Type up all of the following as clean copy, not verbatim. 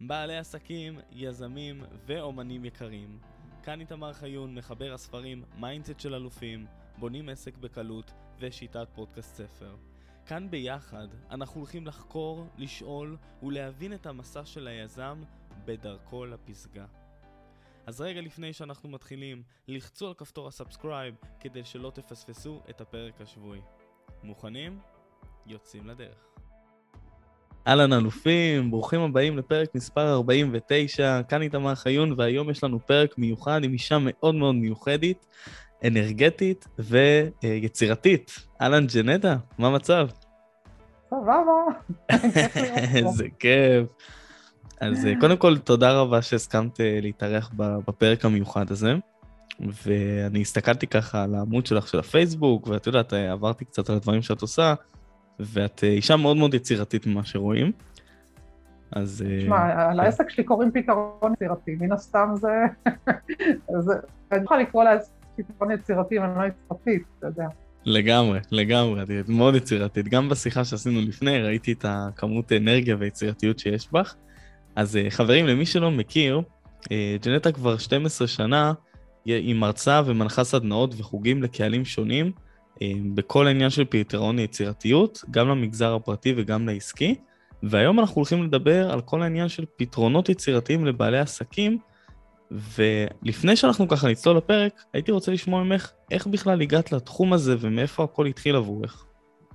בעלי עסקים, יזמים ואומנים יקרים. כאן איתמר חיון, מחבר הספרים מיינדסט של אלופים, בונים עסק בקלות ושיטת פודקאסט ספר. כאן ביחד אנחנו הולכים לחקור, לשאול ולהבין את המסע של היזם בדרכו לפסגה. אז רגע לפני שאנחנו מתחילים, לחצו על כפתור הסאבסקרייב כדי שלא תפספסו את הפרק השבועי. מוכנים? יוצאים לדרך. אהלן אלופים, ברוכים הבאים לפרק מספר 49, כאן איתמר חיון, והיום יש לנו פרק מיוחד עם אישה מאוד מאוד מיוחדת, אנרגטית ויצירתית. אהלן ג'נטה, מה המצב? סבבה. איזה כיף. אז קודם כל תודה רבה שהסכמת להתארח בפרק המיוחד הזה, ואני הסתכלתי ככה על העמוד שלך של הפייסבוק, ואת יודעת, עברתי קצת על הדברים שאת עושה, ואת אישה מאוד מאוד יצירתית ממה שרואים. אז... תשמע, על העסק שלי קוראים פתרון יצירתי, מן הסתם זה... אני יכולה לקרוא לעסק פתרון יצירתי, אבל לא יצירתית, אתה יודע. לגמרי, את מאוד יצירתית. גם בשיחה שעשינו לפני, ראיתי את הכמות אנרגיה ויצירתיות שיש בך. אז חברים, למי שלא מכיר, ג'נטה כבר 12 שנה היא מרצה ומנחה סדנאות וחוגים לקהלים שונים, בכל העניין של פתרון יצירתיות, גם למגזר הפרטי וגם לעסקי, והיום אנחנו הולכים לדבר על כל העניין של פתרונות יצירתיים לבעלי עסקים, ולפני שאנחנו ככה נצלול לפרק, הייתי רוצה לשמוע ממך איך בכלל הגעת לתחום הזה ומאיפה הכל התחיל עבורך.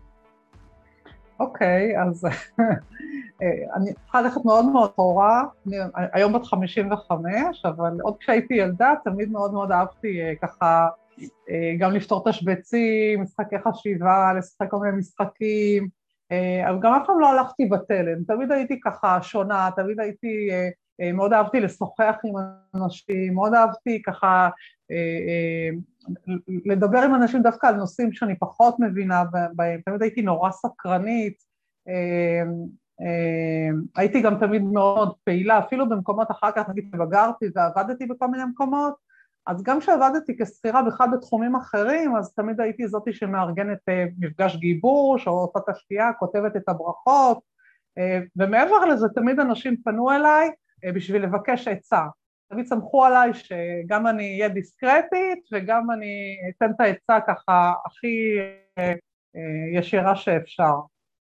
אוקיי, אז אני צריכה ללכת מאוד מאוד אחורה, אני היום בת 55, אבל עוד כשהייתי ילדה תמיד מאוד מאוד אהבתי ככה, גם לפתור תשבצים, משחקי חשיבה, לשחק כל מיני משחקים, אבל גם אף פעם לא הלכתי בתלם, תמיד הייתי ככה שונה, תמיד הייתי, מאוד אהבתי לשוחח עם אנשים, מאוד אהבתי ככה לדבר עם אנשים דווקא על נושאים שאני פחות מבינה בהם, תמיד הייתי נורא סקרנית, הייתי גם תמיד מאוד מאוד פעילה, אפילו במקומות אחר כך, נגיד בגרתי ועבדתי בכל מיני מקומות, אז גם כשעבדתי כשכירה בכלל בתחומים אחרים, אז תמיד הייתי זאתי שמארגנת מפגש גיבוש, או אותה תשתייה, כותבת את הברכות, ומעבר לזה תמיד אנשים פנו אליי בשביל לבקש עצה. תמיד סמכו עליי שגם אני אהיה דיסקרטית, וגם אני אתן את העצה ככה הכי ישירה שאפשר.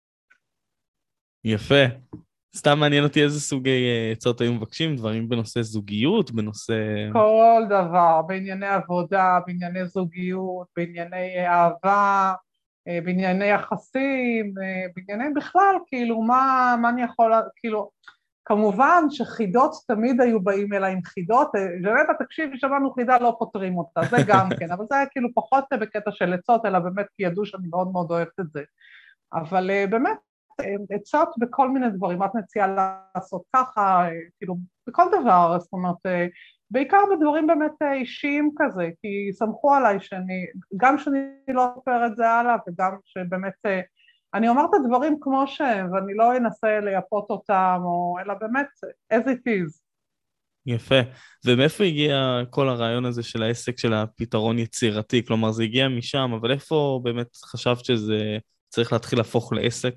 יפה. סתם מעניין אותי איזה סוגי עצות היו מבקשים, דברים בנושא זוגיות, בנושא... כל דבר, בענייני עבודה, בענייני זוגיות, בענייני אהבה, בענייני יחסים, בענייני בכלל, כאילו, מה אני יכול, כאילו, כמובן שחידות תמיד היו באים אליי עם חידות, ג'נטה, תקשיבי, שמענו חידה, לא פותרים אותה, זה גם כן, אבל זה היה כאילו פחות בקטע של עצות, אלא באמת כי ידעו שאני מאוד מאוד אוהבת את זה. אבל באמת, עצות בכל מיני דברים, את מציעה לעשות ככה, כאילו, בכל דבר, זאת אומרת, בעיקר בדברים באמת אישיים כזה, כי סמכו עליי גם שאני לא אספר את זה הלאה, וגם שבאמת, אני אומר את הדברים כמו שהם, ואני לא אנסה לייפות אותם, אלא באמת, as it is. יפה. ומאיפה הגיע כל הרעיון הזה של העסק של הפתרון יצירתי? כלומר, זה הגיע משם, אבל איפה באמת חשבת שזה צריך להתחיל להפוך לעסק?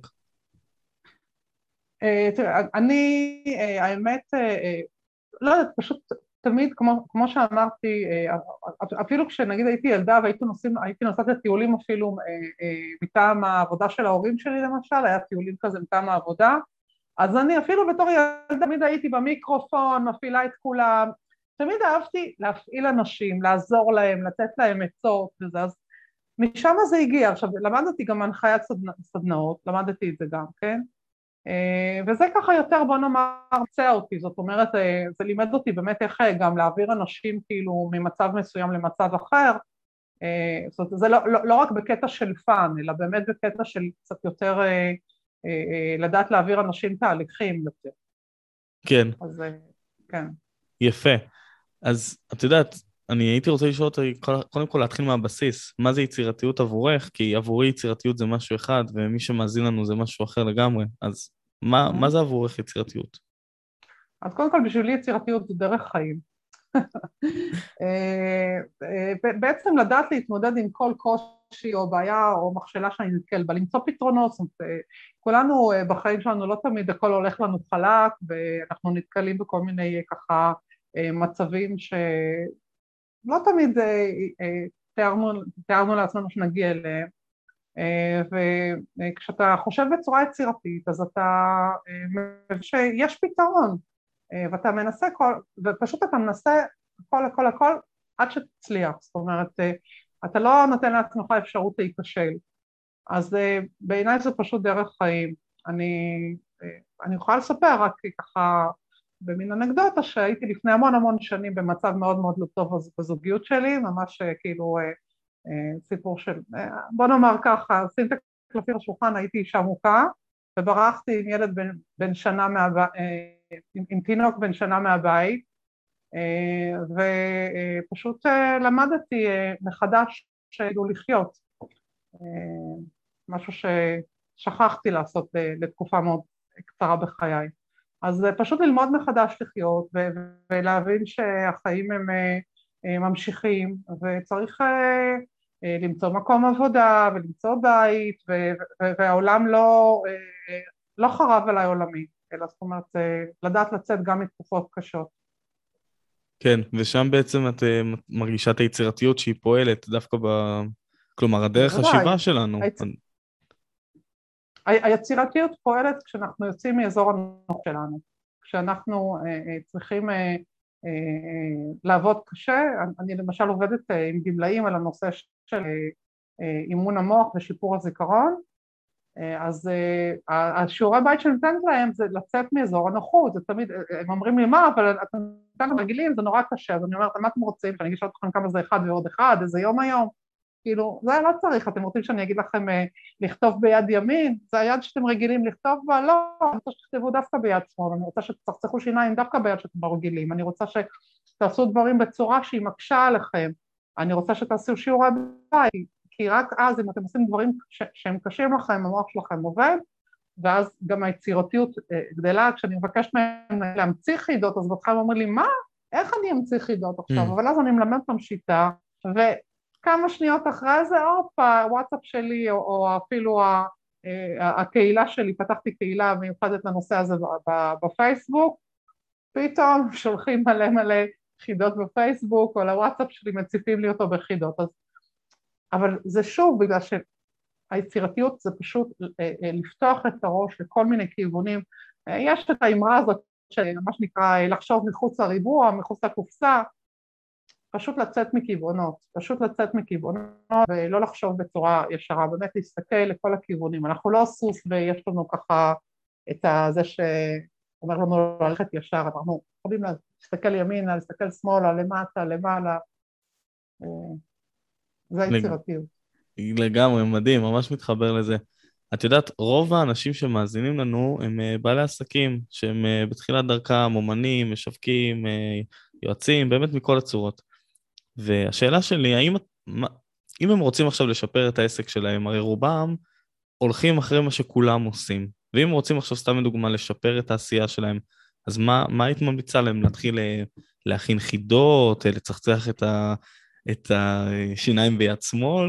אני, האמת, לא יודעת, פשוט תמיד, כמו שאמרתי, אפילו כשנגיד הייתי ילדה והייתי נוסעת לטיולים אפילו מטעם העבודה של ההורים שלי למשל, היה טיולים כזה מטעם העבודה, אז אני אפילו בתור ילדה תמיד הייתי במיקרופון, מפעילה את כולם, תמיד אהבתי להפעיל אנשים, לעזור להם, לתת להם עצות וזה, אז משם זה הגיע. עכשיו, למדתי גם הנחיית סדנאות, למדתי את זה גם, כן? וזה ככה יותר, בוא נאמר, מצא אותי, זאת אומרת, זה לימד אותי באמת איך גם להעביר אנשים כאילו ממצב מסוים למצב אחר, זאת אומרת, זה לא רק בקטע של פן, אלא באמת בקטע של קצת יותר לדעת להעביר אנשים תהליכים יותר. כן. אז כן. יפה. אז את יודעת, אני הייתי רוצה לשאול אותי, קודם כל להתחיל מהבסיס, מה זה יצירתיות עבורך? כי עבורי יצירתיות זה משהו אחד, ומי שמאזין לנו זה משהו אחר לגמרי, אז מה זה עבורך יצירתיות? אז קודם כל בשבילי יצירתיות זה דרך חיים. בעצם לדעת להתמודד עם כל קושי או בעיה או מכשלה שאני נתקל בה, למצוא פתרונות, זאת אומרת, כולנו בחיים שלנו לא תמיד הכל הולך לנו חלק, ואנחנו נתקלים בכל מיני ככה מצבים שלא תמיד תיארנו לעצמנו שנגיע אליהם, וכשאתה חושב בצורה יצירתית, אז אתה מבין שיש פתרון, ואתה מנסה, ופשוט אתה מנסה הכל, עד שתצליח, זאת אומרת, אתה לא נותן לעצמך אפשרות להיכשל, אז בעיניי זה פשוט דרך חיים. אני יכולה לספר רק ככה במין אנקדוטה שהייתי לפני המון שנים במצב מאוד מאוד לא טוב בזוגיות שלי, ממש כאילו סיפור של, בוא נאמר ככה, שים את הקלפים לשולחן, הייתי אישה מוכה, וברחתי עם ילד בן שנה עם תינוק בן שנה מהבית, ופשוט למדתי מחדש כאילו לחיות, משהו ששכחתי לעשות לתקופה מאוד קצרה בחיי. אז פשוט ללמוד מחדש לחיות ולהבין שהחיים הם ממשיכים, וצריך למצוא מקום עבודה ולמצוא בית, והעולם לא חרב עליי עולמי, אלא זאת אומרת לדעת לצאת גם מתקופות קשות. כן, ושם בעצם את מרגישה את היצירתיות שהיא פועלת דווקא כלומר, הדרך חשיבה שלנו. היצירתיות פועלת כשאנחנו יוצאים מאזור הנוחות שלנו, כשאנחנו צריכים לעבוד קשה. אני למשל עובדת עם גמלאים על הנושא של אימון המוח ושיפור הזיכרון, אז השיעורי בית שנותנת להם זה לצאת מאזור הנוחות, זה תמיד, הם אומרים לי מה, אבל אתם רגילים, זה נורא קשה, אז אני אומרת, מה אתם רוצים, שאני אגיד לכם כמה זה אחד ועוד אחד, איזה יום היום, כאילו, זה לא צריך, אתם רוצים שאני אגיד לכם לכתוב ביד ימין, זה היד שאתם רגילים לכתוב בה, לא, אני רוצה שתכתבו דווקא ביד שמאל, אני רוצה שתצחצחו שיניים דווקא ביד שאתם רגילים, אני רוצה שתעשו דברים בצורה שהיא מקשה עליכם, אני רוצה שתעשו שיעורי בית, כי רק אז אם אתם עושים דברים שהם קשים לכם, המוח שלכם עובד, ואז גם היצירתיות גדלה. כשאני מבקשת מהם להמציא חידות, אז בתחילה אומרים לי, מה? איך אני אמציא חידות עכשיו? אבל אז אני מלמד אותם שיטה, וכמה שניות אחרי זה, הוואטסאפ שלי, או אפילו הקהילה שלי, פתחתי קהילה מיוחדת לנושא הזה בפייסבוק, פתאום שולחים מלא חידות בפייסבוק, או לוואטסאפ שלי מציפים לי אותו בחידות, אבל זה שוב בגלל שהיצירתיות זה פשוט לפתוח את הראש לכל מיני כיוונים. יש את האמרה הזאת שמה שנקרא לחשוב מחוץ לריבוע, מחוץ לקופסה, פשוט לצאת מכיוונות, ולא לחשוב בצורה ישרה, באמת להסתכל לכל הכיוונים. אנחנו לא סוס ויש לנו ככה את זה שאומר לנו ללכת ישר, אנחנו יכולים להסתכל ימינה, להסתכל שמאלה, למטה, למעלה, זה היצירתיות. לגמרי, מדהים, ממש מתחבר לזה. את יודעת, רוב האנשים שמאזינים לנו הם בעלי עסקים, שהם בתחילת דרכם, אומנים, משווקים, יועצים, באמת מכל הצורות. והשאלה שלי, אם הם רוצים עכשיו לשפר את העסק שלהם, הרי רובם הולכים אחרי מה שכולם עושים, ואם רוצים עכשיו סתם לדוגמה לשפר את העשייה שלהם, אז מה היית ממליצה להם? להתחיל להכין חידות, לצחצח את השיניים ביד שמאל?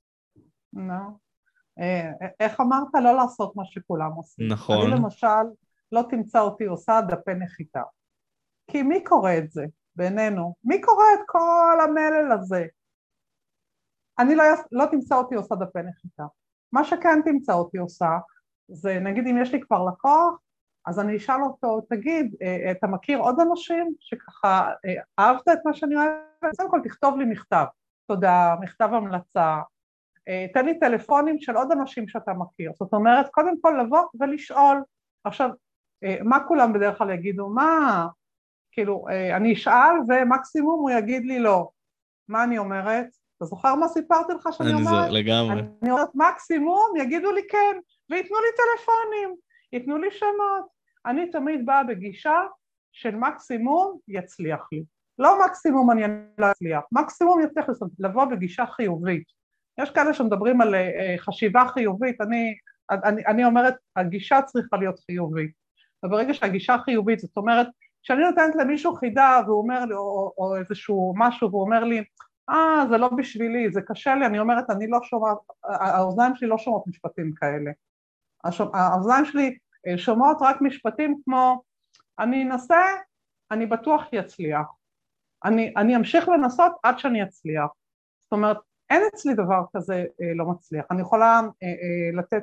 איך אמרת? לא לעשות מה שכולם עושים. נכון. אני למשל לא תמצא אותי עושה דפי נחיתה. כי מי קורא את זה בינינו? מי קורא את כל המלל הזה? אני לא תמצא אותי עושה דפי נחיתה. מה שכן תמצא אותי עושה, זה נגיד אם יש לי כבר לקוח, אז אני אשאל אותו, תגיד, אתה מכיר עוד אנשים שככה אהבת את מה שאני אוהבת? קודם כל תכתוב לי מכתב, תודה, מכתב המלצה, תן לי טלפונים של עוד אנשים שאתה מכיר, זאת אומרת, קודם כל לבוא ולשאול. עכשיו, מה כולם בדרך כלל יגידו? מה? כאילו, אני אשאל ומקסימום הוא יגיד לי לא. מה אני אומרת? אתה זוכר מה סיפרתי לך שאני אומרת? לגמרי. אני אומרת, מקסימום יגידו לי כן, ויתנו לי טלפונים, ייתנו לי שמות. אני תמיד באה בגישה של מקסימום יצליח לי. לא מקסימום אני לא אצליח, מקסימום יצליח לבוא בגישה חיובית. יש כאלה שמדברים על חשיבה חיובית, אני אומרת, הגישה צריכה להיות חיובית. וברגע שהגישה חיובית, זאת אומרת כשאני נותנת למישהו חידה והוא אומר לי, או איזשהו משהו, והוא אומר לי, זה לא בשבילי, זה קשה לי, אני אומרת, אני לא שומעת, האוזניים שלי לא שומעות משפטים כאלה. האוזניים שלי שומעות רק משפטים כמו, אני אנסה, אני בטוח יצליח. אני אמשיך לנסות עד שאני אצליח. זאת אומרת, אין אצלי דבר כזה לא מצליח. אני יכולה לתת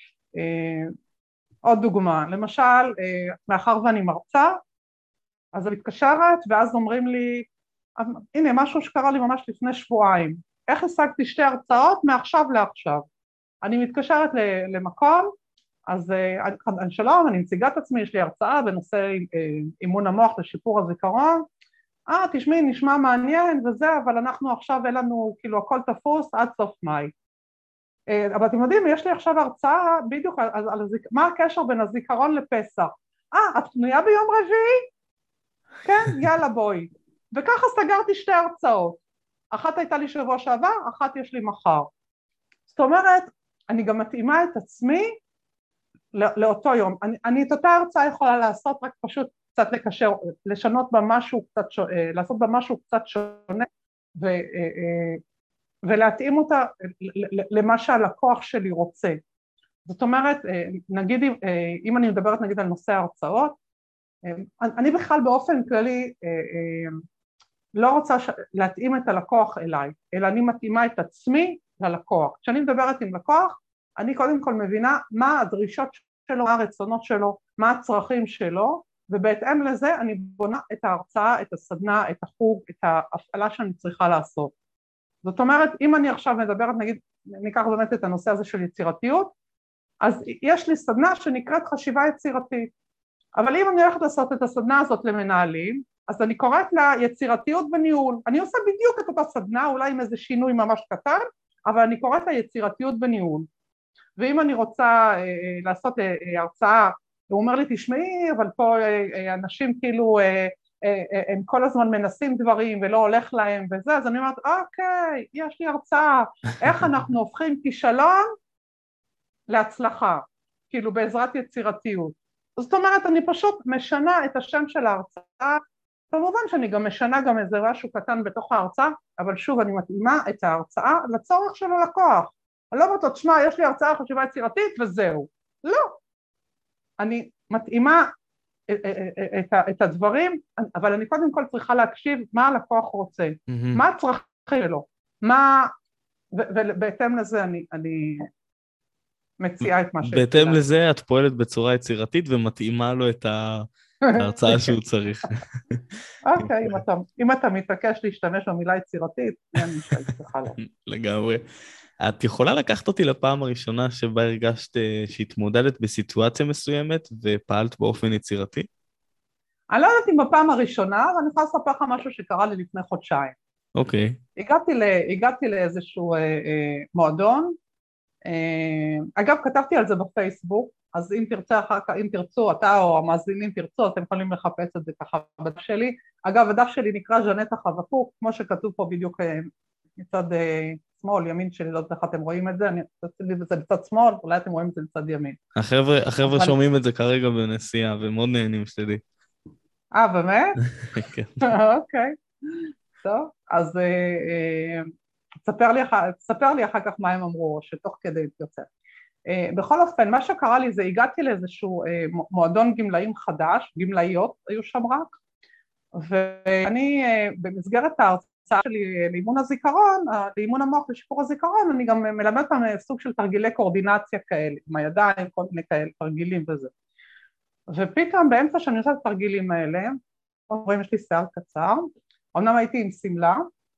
עוד דוגמה. למשל, מאחר ואני מרצה, אז אני מתקשרת, ואז אומרים לי, הנה, משהו שקרה לי ממש לפני שבועיים. איך השגתי 2 הרצאות מעכשיו לעכשיו? אני מתקשרת למקום, אז שלום, אני מציגה את עצמי, יש לי הרצאה בנושא אימון המוח לשיפור הזיכרון. תשמעי, נשמע מעניין וזה, אבל אנחנו עכשיו, אין לנו, כאילו, הכל תפוס עד סוף מאי. אבל אתם יודעים, יש לי עכשיו הרצאה בדיוק מה הקשר בין הזיכרון לפסח. את פנויה ביום רביעי? כן, יאללה בואי. וככה סגרתי 2 הרצאות. אחת הייתה לי שבוע שעבר, אחת יש לי מחר. זאת אומרת, אני גם מתאימה את עצמי לאותו יום. אני את אותה הרצאה יכולה לעשות, רק פשוט קצת לקשר, לשנות בה משהו קצת, לעשות בה משהו קצת שונה, ולהתאים אותה למה שהלקוח שלי רוצה. זאת אומרת, נגיד, אם אני מדברת נגיד על נושא ההרצאות, אני בכלל באופן כללי לא רוצה להתאים את הלקוח אליי, אלא אני מתאימה את עצמי ללקוח. כשאני מדברת עם לקוח, אני קודם כל מבינה מה הדרישות שלו, מה הרצונות שלו, מה הצרכים שלו, ובהתאם לזה אני בונה את ההרצאה, את הסדנה, את החוג, את ההפעלה שאני צריכה לעשות. זאת אומרת, אם אני עכשיו מדברת, נגיד, ניקח באמת את הנושא הזה של יצירתיות, אז יש לי סדנה שנקראת חשיבה יצירתית, אבל אם אני הולכת לעשות את הסדנה הזאת למנהלים, אז אני קוראת לה יצירתיות בניהול. אני עושה בדיוק את אותה סדנה, אולי עם איזה שינוי ממש קטן, אבל אני קוראת לה יצירתיות בניהול. ואם אני רוצה לעשות הרצאה, הוא אומר לי, תשמעי, אבל פה אנשים כאילו, הם כל הזמן מנסים דברים ולא הולך להם וזה, אז אני אומרת, אוקיי, יש לי הרצאה, איך אנחנו הופכים כישלון להצלחה, כאילו בעזרת יצירתיות. זאת אומרת, אני פשוט משנה את השם של ההרצאה, במובן שאני גם משנה גם איזה משהו קטן בתוך ההרצאה, אבל שוב, אני מתאימה את ההרצאה לצורך של הלקוח. אני לא אומרת, תשמע, יש לי הרצאה חשיבה יצירתית וזהו. לא. אני מתאימה את הדברים, אבל אני קודם כל צריכה להקשיב מה הלקוח רוצה, מה הצרכים שלו, ובהתאם לזה אני מציעה את מה ש... בהתאם לזה את פועלת בצורה יצירתית ומתאימה לו את ההרצאה שהוא צריך. אוקיי, אם אתה מתעקש להשתמש במילה יצירתית, אני צריכה לו. לגמרי. את יכולה לקחת אותי לפעם הראשונה שבה הרגשת שהתמודדת בסיטואציה מסוימת ופעלת באופן יצירתי? אני לא יודעת אם בפעם הראשונה, אבל אני יכולה לספר לך משהו שקרה לי לפני חודשיים. אוקיי. הגעתי לאיזשהו מועדון, אגב כתבתי על זה בפייסבוק, אז אם תרצו, אתה או המאזינים תרצו, אתם יכולים לחפש את זה ככה בדף שלי. אגב, הדף שלי נקרא ז'נטה חבקוק, כמו שכתוב פה בדיוק מצד שמאל, ימין שלי, לא יודעת איך אתם רואים את זה, אני אצלי בזה בצד שמאל, אולי אתם רואים את זה בצד ימין. החבר'ה שומעים את זה כרגע בנסיעה, ומאוד נהנים שתדעי. באמת? כן. אוקיי, טוב, אז תספר לי אחר כך מה הם אמרו, שתוך כדי יוצא. בכל אופן, מה שקרה לי זה, הגעתי לאיזשהו מועדון גמלאים חדש, גמלאיות היו שם רק, ואני במסגרת ההרצאה שלי לאימון הזיכרון, לאימון המוח לשיפור הזיכרון, אני גם מלמד פעם סוג של תרגילי קואורדינציה כאלה, עם הידיים, כל מיני כאלה, תרגילים וזה. ופתאום באמצע שאני עושה את התרגילים האלה, רואים יש לי שיער קצר, אמנם הייתי עם סמלה,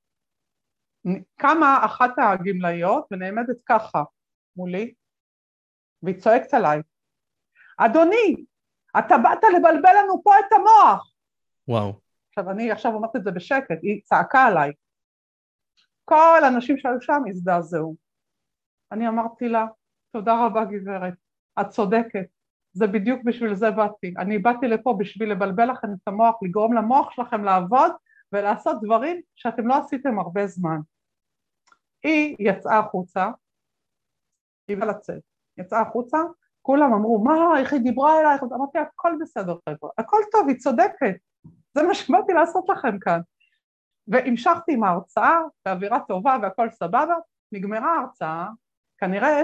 קמה אחת הגמלאיות ונעמדת ככה מולי, והיא צועקת עליי, אדוני, אתה באת לבלבל לנו פה את המוח. וואו. אני עכשיו אומרת את זה בשקט, היא צעקה עליי. כל האנשים שהיו שם הזדעזעו. אני אמרתי לה, תודה רבה גברת, את צודקת, זה בדיוק בשביל זה באתי. אני באתי לפה בשביל לבלבל לכם את המוח, לגרום למוח שלכם לעבוד, ולעשות דברים שאתם לא עשיתם הרבה זמן. היא יצאה החוצה, היא באה לצאת, יצאה החוצה, כולם אמרו, מה, איך היא דיברה אלייך? אמרתי, הכל בסדר חבר'ה, הכל טוב, היא צודקת, זה מה שבאתי לעשות לכם כאן. והמשכתי עם ההרצאה, באווירה טובה והכל סבבה, נגמרה ההרצאה, כנראה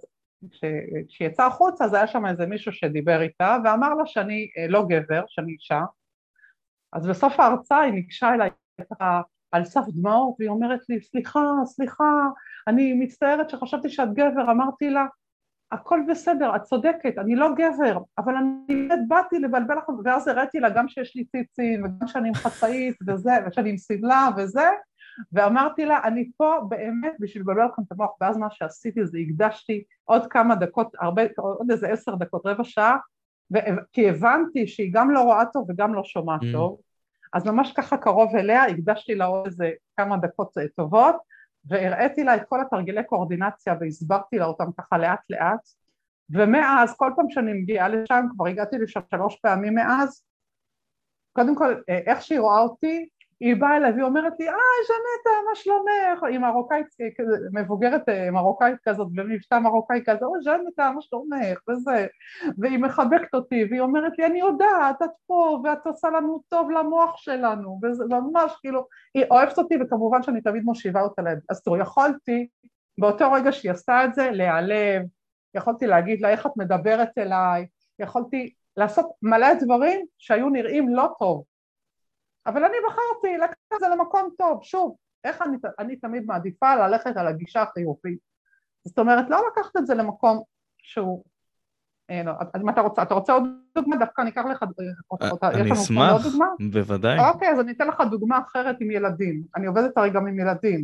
כשהיא יצאה החוצה, אז היה שם איזה מישהו שדיבר איתה, ואמר לה שאני לא גבר, שאני אישה, אז בסוף ההרצאה היא ניגשה אליי ככה על סף דמעות, והיא אומרת לי, סליחה, אני מצטערת שחשבתי שאת גבר, אמרתי לה, הכל בסדר, את צודקת, אני לא גבר, אבל אני באתי לבלבל לכם, ואז הראיתי לה גם שיש לי ציצים, וגם שאני עם חצאית וזה, ושאני עם סמלה וזה, ואמרתי לה, אני פה באמת בשביל לבלבל לכם את המוח, ואז מה שעשיתי זה הקדשתי עוד כמה דקות, עוד איזה 10 דקות, רבע שעה, כי הבנתי שהיא גם לא רואה טוב וגם לא שומעת טוב, אז ממש ככה קרוב אליה, הקדשתי לה עוד איזה כמה דקות טובות, והראיתי לה את כל התרגילי קואורדינציה והסברתי לה אותם ככה לאט לאט, ומאז כל פעם שאני מגיעה לשם, כבר הגעתי לשם 3 פעמים מאז, קודם כל איך שהיא רואה אותי, היא באה אליי והיא אומרת לי, ז'נטה, מה שלומך? היא מרוקאית, מבוגרת מרוקאית כזאת, במבטא מרוקאי כזה, ז'נטה, מה שלומך? וזה, והיא מחבקת אותי, והיא אומרת לי, אני יודעת, את פה, ואת עושה לנו טוב למוח שלנו, וזה ממש כאילו, היא אוהבת אותי, וכמובן שאני תמיד מושיבה אותה ליד. אז תראו, יכולתי, באותו רגע שהיא עשתה את זה, להיעלב, יכולתי להגיד לה, איך את מדברת אליי, יכולתי לעשות מלא דברים שהיו נראים לא טוב, אבל אני בחרתי לקחת את זה למקום טוב. שוב, איך אני תמיד מעדיפה ללכת על הגישה החיובית. זאת אומרת, לא לקחת את זה למקום שהוא, לא, אז מה אתה רוצה עוד דוגמה? דווקא אני אקח לך, אני אשמח, בוודאי. אוקיי, אז אני אתן לך דוגמה אחרת עם ילדים. אני עובדת הרי גם עם ילדים.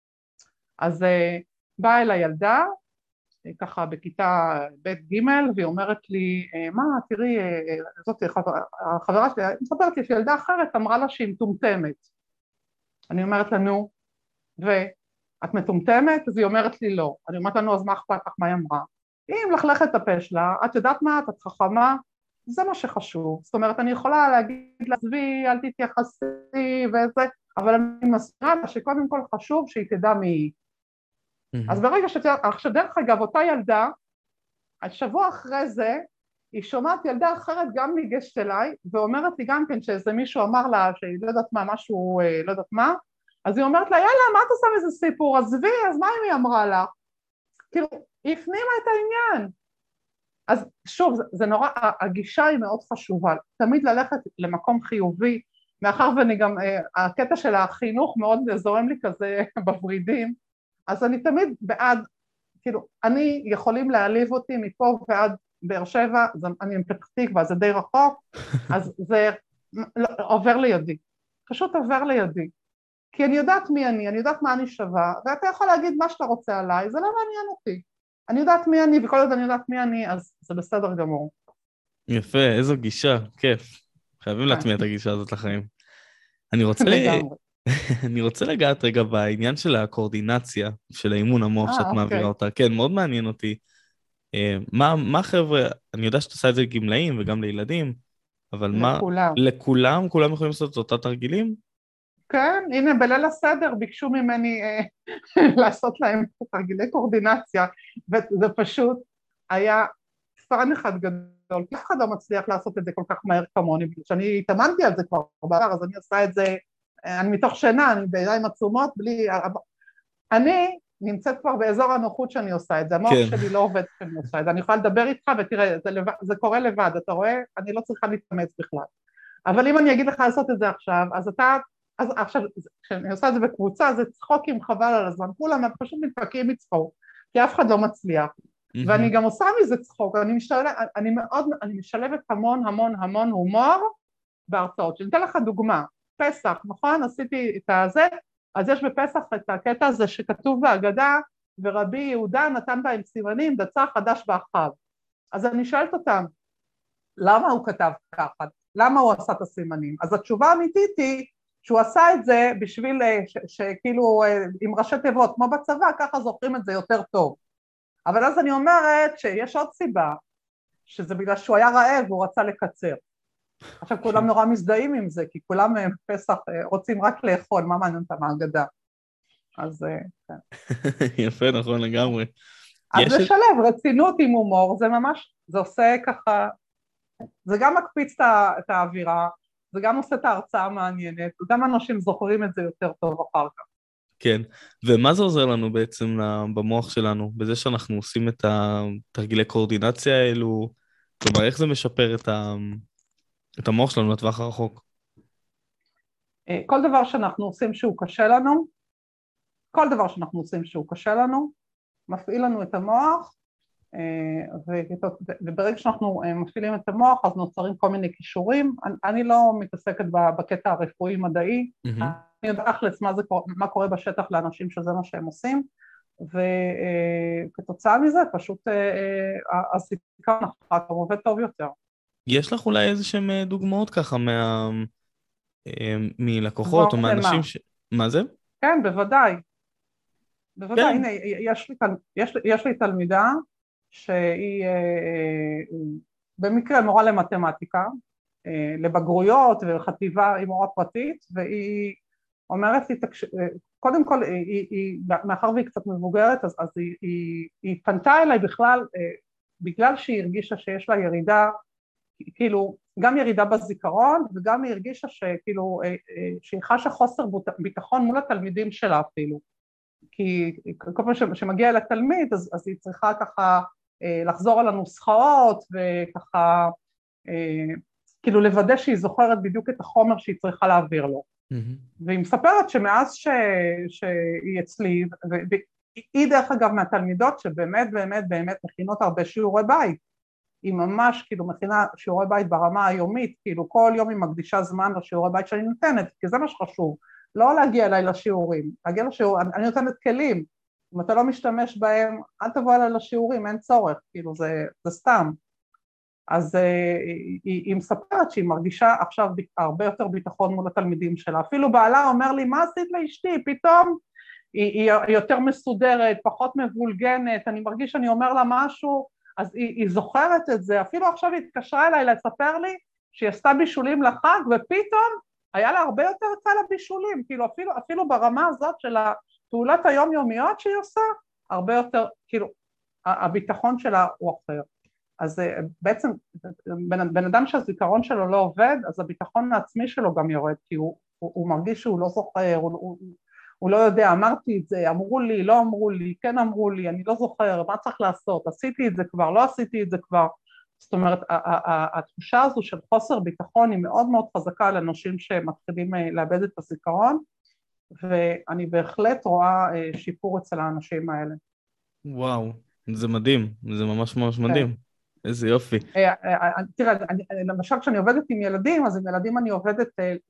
אז באה אל הילדה, ככה בכיתה ב' ג' והיא אומרת לי, מה, תראי, זאת החברה שלי, היא מספרת לי שילדה אחרת אמרה לה שהיא מטומטמת. אני אומרת לנו, ואת מטומטמת? אז היא אומרת לי לא. אני אומרת לנו, אז מה אכפת לך, מה היא אמרה? היא מלכלכת את הפה שלה, את יודעת מה, את חכמה, זה מה שחשוב. זאת אומרת, אני יכולה להגיד לה, עזבי, אל תתייחסי וזה, אבל אני מסבירה לה שקודם כל חשוב שהיא תדע מי היא. אז ברגע עכשיו דרך אגב, אותה ילדה, השבוע אחרי זה, היא שומעת ילדה אחרת גם ניגשת אליי, ואומרת לי גם כן שאיזה מישהו אמר לה שהיא לא יודעת מה, משהו, לא יודעת מה, אז היא אומרת לה, יאללה, מה את עושה מזה סיפור? עזבי, אז מה אם היא אמרה לך? כאילו, היא הפנימה את העניין. אז שוב, זה נורא, הגישה היא מאוד חשובה, תמיד ללכת למקום חיובי, מאחר ואני גם, הקטע של החינוך מאוד זורם לי כזה בוורידים, אז אני תמיד בעד, כאילו, אני יכולים להעליב אותי מפה ועד באר שבע, אני עם פתח תקווה, זה די רחוק, אז זה עובר לידי, פשוט עובר לידי, כי אני יודעת מי אני יודעת מה אני שווה, ואתה יכול להגיד מה שאתה רוצה עליי, זה לא מעניין אותי, אני יודעת מי אני, וכל עוד אני יודעת מי אני, אז זה בסדר גמור. יפה, איזו גישה, כיף. חייבים להטמיע את הגישה הזאת לחיים. אני רוצה לגעת רגע בעניין של הקואורדינציה, של האימון המוח שאת מעבירה אותה. כן, מאוד מעניין אותי. מה חבר'ה, אני יודע שאת עושה את זה לגמלאים וגם לילדים, אבל מה, לכולם, כולם יכולים לעשות את אותה תרגילים? כן, הנה בליל הסדר ביקשו ממני לעשות להם תרגילי קואורדינציה, וזה פשוט היה פאן אחד גדול, אף אחד לא מצליח לעשות את זה כל כך מהר כמוני, שאני התאמנתי על זה כבר בעבר, אז אני עושה את זה, אני מתוך שינה, אני בעיניים עצומות, אני נמצאת כבר באזור הנוחות שאני עושה את זה, המוח שלי לא עובד כשאני עושה את זה, אני יכולה לדבר איתך ותראה, זה קורה לבד, אתה רואה? אני לא צריכה להתאמץ בכלל. אבל אם אני אגיד לך לעשות את זה עכשיו, אז עכשיו, כשאני עושה את זה בקבוצה, זה צחוקים חבל על הזמן, כולם פשוט מתפקים מצחוק, כי אף אחד לא מצליח. ואני גם עושה מזה צחוק, אני משלבת המון הומור בהרצאות. שאני אתן לך דוגמה, פסח, נכון? עשיתי את הזה, אז יש בפסח את הקטע הזה שכתוב בהגדה, ורבי יהודה נתן בהם סימנים, דצה חדש באחיו. אז אני שואלת אותם, למה הוא כתב ככה? למה הוא עשה את הסימנים? אז התשובה האמיתית היא, שהוא עשה את זה בשביל שכאילו עם ראשי תיבות, כמו בצבא, ככה זוכרים את זה יותר טוב. אבל אז אני אומרת שיש עוד סיבה, שזה בגלל שהוא היה רעב והוא רצה לקצר. עכשיו כולם נורא מזדהים עם זה, כי כולם פסח רוצים רק לאכול, מה מעניין אותם ההגדה. אז כן. יפה, נכון לגמרי. אז לשלב רצינות עם הומור, זה ממש, זה עושה ככה, זה גם מקפיץ את האווירה, זה גם עושה את ההרצאה המעניינת, וגם אנשים זוכרים את זה יותר טוב אחר כך. כן, ומה זה עוזר לנו בעצם במוח שלנו? בזה שאנחנו עושים את התרגילי קואורדינציה האלו, כלומר, איך זה משפר את המוח שלנו לטווח הרחוק? כל דבר שאנחנו עושים שהוא קשה לנו, כל דבר שאנחנו עושים שהוא קשה לנו, מפעיל לנו את המוח, וברגע שאנחנו מפעילים את המוח, אז נוצרים כל מיני קישורים. אני לא מתעסקת בקטע הרפואי-מדעי, אני יודעת מה קורה בשטח לאנשים שזה מה שהם עושים, וכתוצאה מזה פשוט הזיכרון עובד טוב יותר. יש לך אולי איזה שהם דוגמאות ככה מלקוחות או מאנשים מה זה? כן, בוודאי. בוודאי, כן. הנה, יש לי תלמידה שהיא במקרה מורה למתמטיקה, לבגרויות וחטיבה, היא מורה פרטית, והיא אומרת לי, קודם כל, מאחר והיא קצת מבוגרת, אז היא פנתה אליי בכלל, בגלל שהיא הרגישה שיש לה ירידה, כאילו, גם ירידה בזיכרון, וגם היא הרגישה שכאילו, שהיא חשה חוסר ביטחון מול התלמידים שלה אפילו. כי כל פעם שמגיע לתלמיד, אז היא צריכה ככה לחזור על הנוסחאות, וככה, כאילו לוודא שהיא זוכרת בדיוק את החומר שהיא צריכה להעביר לו. והיא מספרת שמאז שהיא אצלי, והיא דרך אגב מהתלמידות שבאמת באמת באמת מכינות הרבה שיעורי בית, היא ממש כאילו מכינה שיעורי בית ברמה היומית, כאילו כל יום היא מקדישה זמן לשיעורי בית שאני נותנת, כי זה מה שחשוב, לא להגיע אליי לשיעורים, להגיע לשיעורים, אני נותנת כלים, אם אתה לא משתמש בהם, אל תבוא אליי לשיעורים, אין צורך, כאילו זה סתם. אז היא מספרת שהיא מרגישה עכשיו הרבה יותר ביטחון מול התלמידים שלה, אפילו בעלה אומר לי, מה עשית לאשתי? פתאום היא יותר מסודרת, פחות מבולגנת, אני מרגיש שאני אומר לה משהו, אז היא זוכרת את זה, אפילו עכשיו היא התקשרה אליי לספר לי שהיא עשתה בישולים לחג, ופתאום היה לה הרבה יותר קל הבישולים, כאילו אפילו ברמה הזאת של הפעולות היומיומיות שהיא עושה, הרבה יותר, כאילו, הביטחון שלה הוא אחר. אז בעצם בן אדם שהזיכרון שלו לא עובד, אז הביטחון העצמי שלו גם יורד, כי הוא מרגיש שהוא לא זוכר, הוא לא יודע, אמרתי את זה, אמרו לי, לא אמרו לי, כן אמרו לי, אני לא זוכר, מה צריך לעשות, עשיתי את זה כבר, לא עשיתי את זה כבר. זאת אומרת, התחושה הזו של חוסר ביטחון היא מאוד מאוד חזקה על אנשים שמתחילים לאבד את הזיכרון, ואני בהחלט רואה שיפור אצל האנשים האלה. וואו, זה מדהים, זה ממש ממש מדהים. איזה יופי. תראה, למשל כשאני עובדת עם ילדים, אז עם ילדים אני עובדת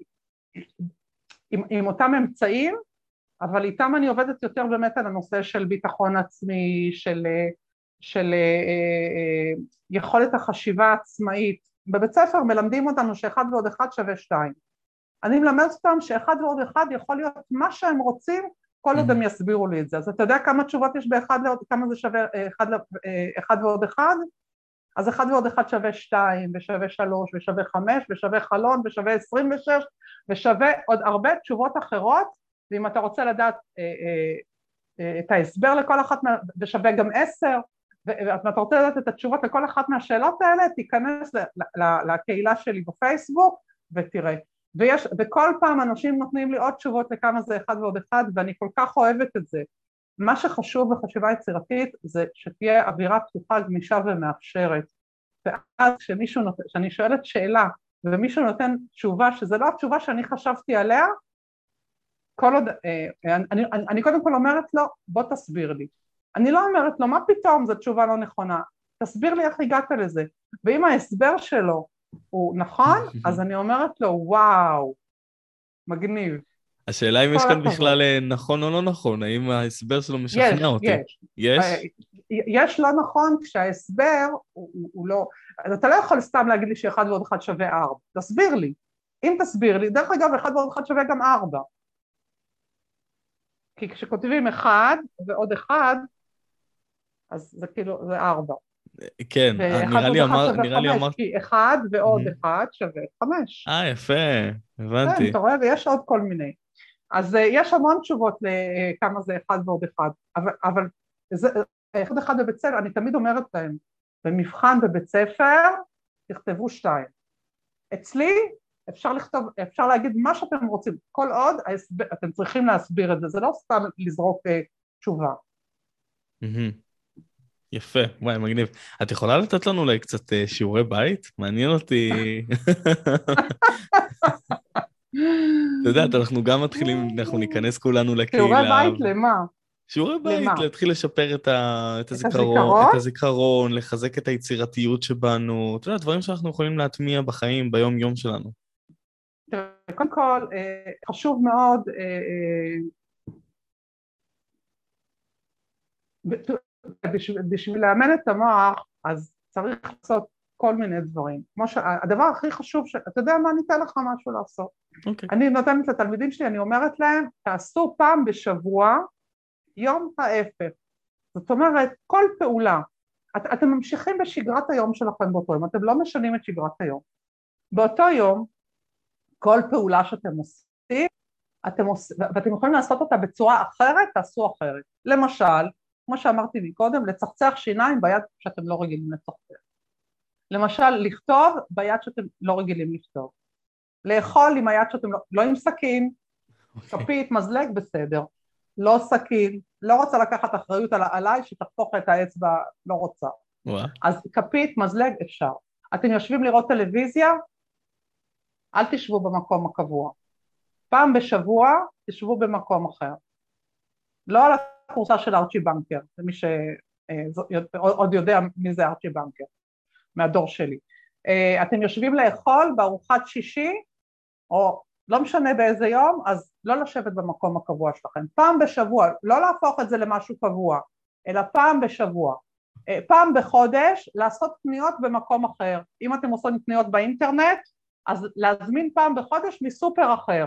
עם אותם אמצעים, אבל איתם אני עובדת יותר באמת על הנושא של ביטחון עצמי, של יכולת החשיבה העצמאית. בבית ספר מלמדים אותנו שאחד ועוד אחד שווה 2. אני מלמדת אותם שאחד ועוד אחד יכול להיות מה שהם רוצים, כל עוד הם יסבירו לי את זה. אז אתה יודע כמה תשובות יש באחד ועוד, כמה זה שווה אחד ועוד אחד? אז אחד ועוד אחד שווה 2, ושווה 3, ושווה 5, ושווה חלון, ושווה 26, ושווה עוד הרבה תשובות אחרות, ואם אתה רוצה לדעת את ההסבר לכל אחת, ושווה גם 10, ואתה רוצה לדעת את התשובות לכל אחת מהשאלות האלה, תיכנס לקהילה שלי בפייסבוק ותראה. וכל פעם אנשים נותנים לי עוד תשובות לכמה זה אחד ועוד אחד, ואני כל כך אוהבת את זה. מה שחשוב בחשיבה יצירתית זה שתהיה אווירה פתוחה, גמישה ומאפשרת. ואז כשאני שואלת שאלה, ומישהו נותן תשובה שזה לא התשובה שאני חשבתי עליה, כל עוד, אני קודם כל אומרת לו, בוא תסביר לי. אני לא אומרת לו, מה פתאום, זו תשובה לא נכונה, תסביר לי איך הגעת לזה. ואם ההסבר שלו הוא נכון, אז אני אומרת לו, וואו, מגניב. השאלה אם יש כאן בכלל נכון או לא נכון, האם ההסבר שלו משכנע אותי? יש? יש לא נכון כשההסבר הוא לא, אתה לא יכול סתם להגיד לי שאחד ועוד אחד שווה 4, תסביר לי. אם תסביר לי, דרך אגב, אחד ועוד אחד שווה גם 4. כי כשכותבים 1 ועוד 1, אז זה כאילו, זה 4. כן, נראה לי אמרת... כי 1 ועוד 1 שווה 5. יפה, הבנתי. כן, אתה רואה, ויש עוד כל מיני. אז יש המון תשובות לכמה זה 1 ועוד 1, אבל אחד אחד בבית ספר, אני תמיד אומרת להם, במבחן בבית ספר, תכתבו 2. אצלי, אפשר לכתוב, אפשר להגיד מה שאתם רוצים, כל עוד אתם צריכים להסביר את זה, זה לא סתם לזרוק תשובה. יפה, וואי, מגניב. את יכולה לתת לנו אולי קצת שיעורי בית? מעניין אותי. אתה יודעת, אנחנו גם מתחילים, אנחנו ניכנס כולנו לקהילה. שיעורי בית למה? שיעורי בית, להתחיל לשפר את הזיכרון, לחזק את היצירתיות שבנו, אתה יודע, דברים שאנחנו יכולים להטמיע בחיים, ביום יום שלנו. קודם כל, חשוב מאוד, בשביל לאמן את המוח, אז צריך לעשות כל מיני דברים. הדבר הכי חשוב, אתה יודע מה, אני אתן לך משהו לעשות. אני נותנת לתלמידים שלי, אני אומרת להם, תעשו פעם בשבוע, יום ההפך. זאת אומרת, כל פעולה, אתם ממשיכים בשגרת היום שלכם באותו יום, אתם לא משנים את שגרת היום. באותו יום, כל פעולה שאתם עושים, ואתם יכולים לעשות אותה בצורה אחרת, תעשו אחרת. למשל, כמו שאמרתי מקודם, לצחצח שיניים ביד שאתם לא רגילים לצחצח. למשל, לכתוב ביד שאתם לא רגילים לכתוב. לאכול עם היד שאתם לא עם סכין, כפית, מזלג, בסדר. לא סכין, לא רוצה לקחת אחריות עליי שתחתוך את האצבע, לא רוצה. אז כפית, מזלג, אפשר. אתם יושבים לראות טלוויזיה, אל תשבו במקום הקבוע. פעם בשבוע תשבו במקום אחר. לא על הקורסה של ארצ'י בנקר, זה מי שעוד יודע מי זה ארצ'י בנקר, מהדור שלי. אתם יושבים לאכול בארוחת שישי, או לא משנה באיזה יום, אז לא לשבת במקום הקבוע שלכם. פעם בשבוע, לא להפוך את זה למשהו קבוע, אלא פעם בשבוע. פעם בחודש, לעשות קניות במקום אחר. אם אתם עושים קניות באינטרנט, אז להזמין פעם בחודש מסופר אחר.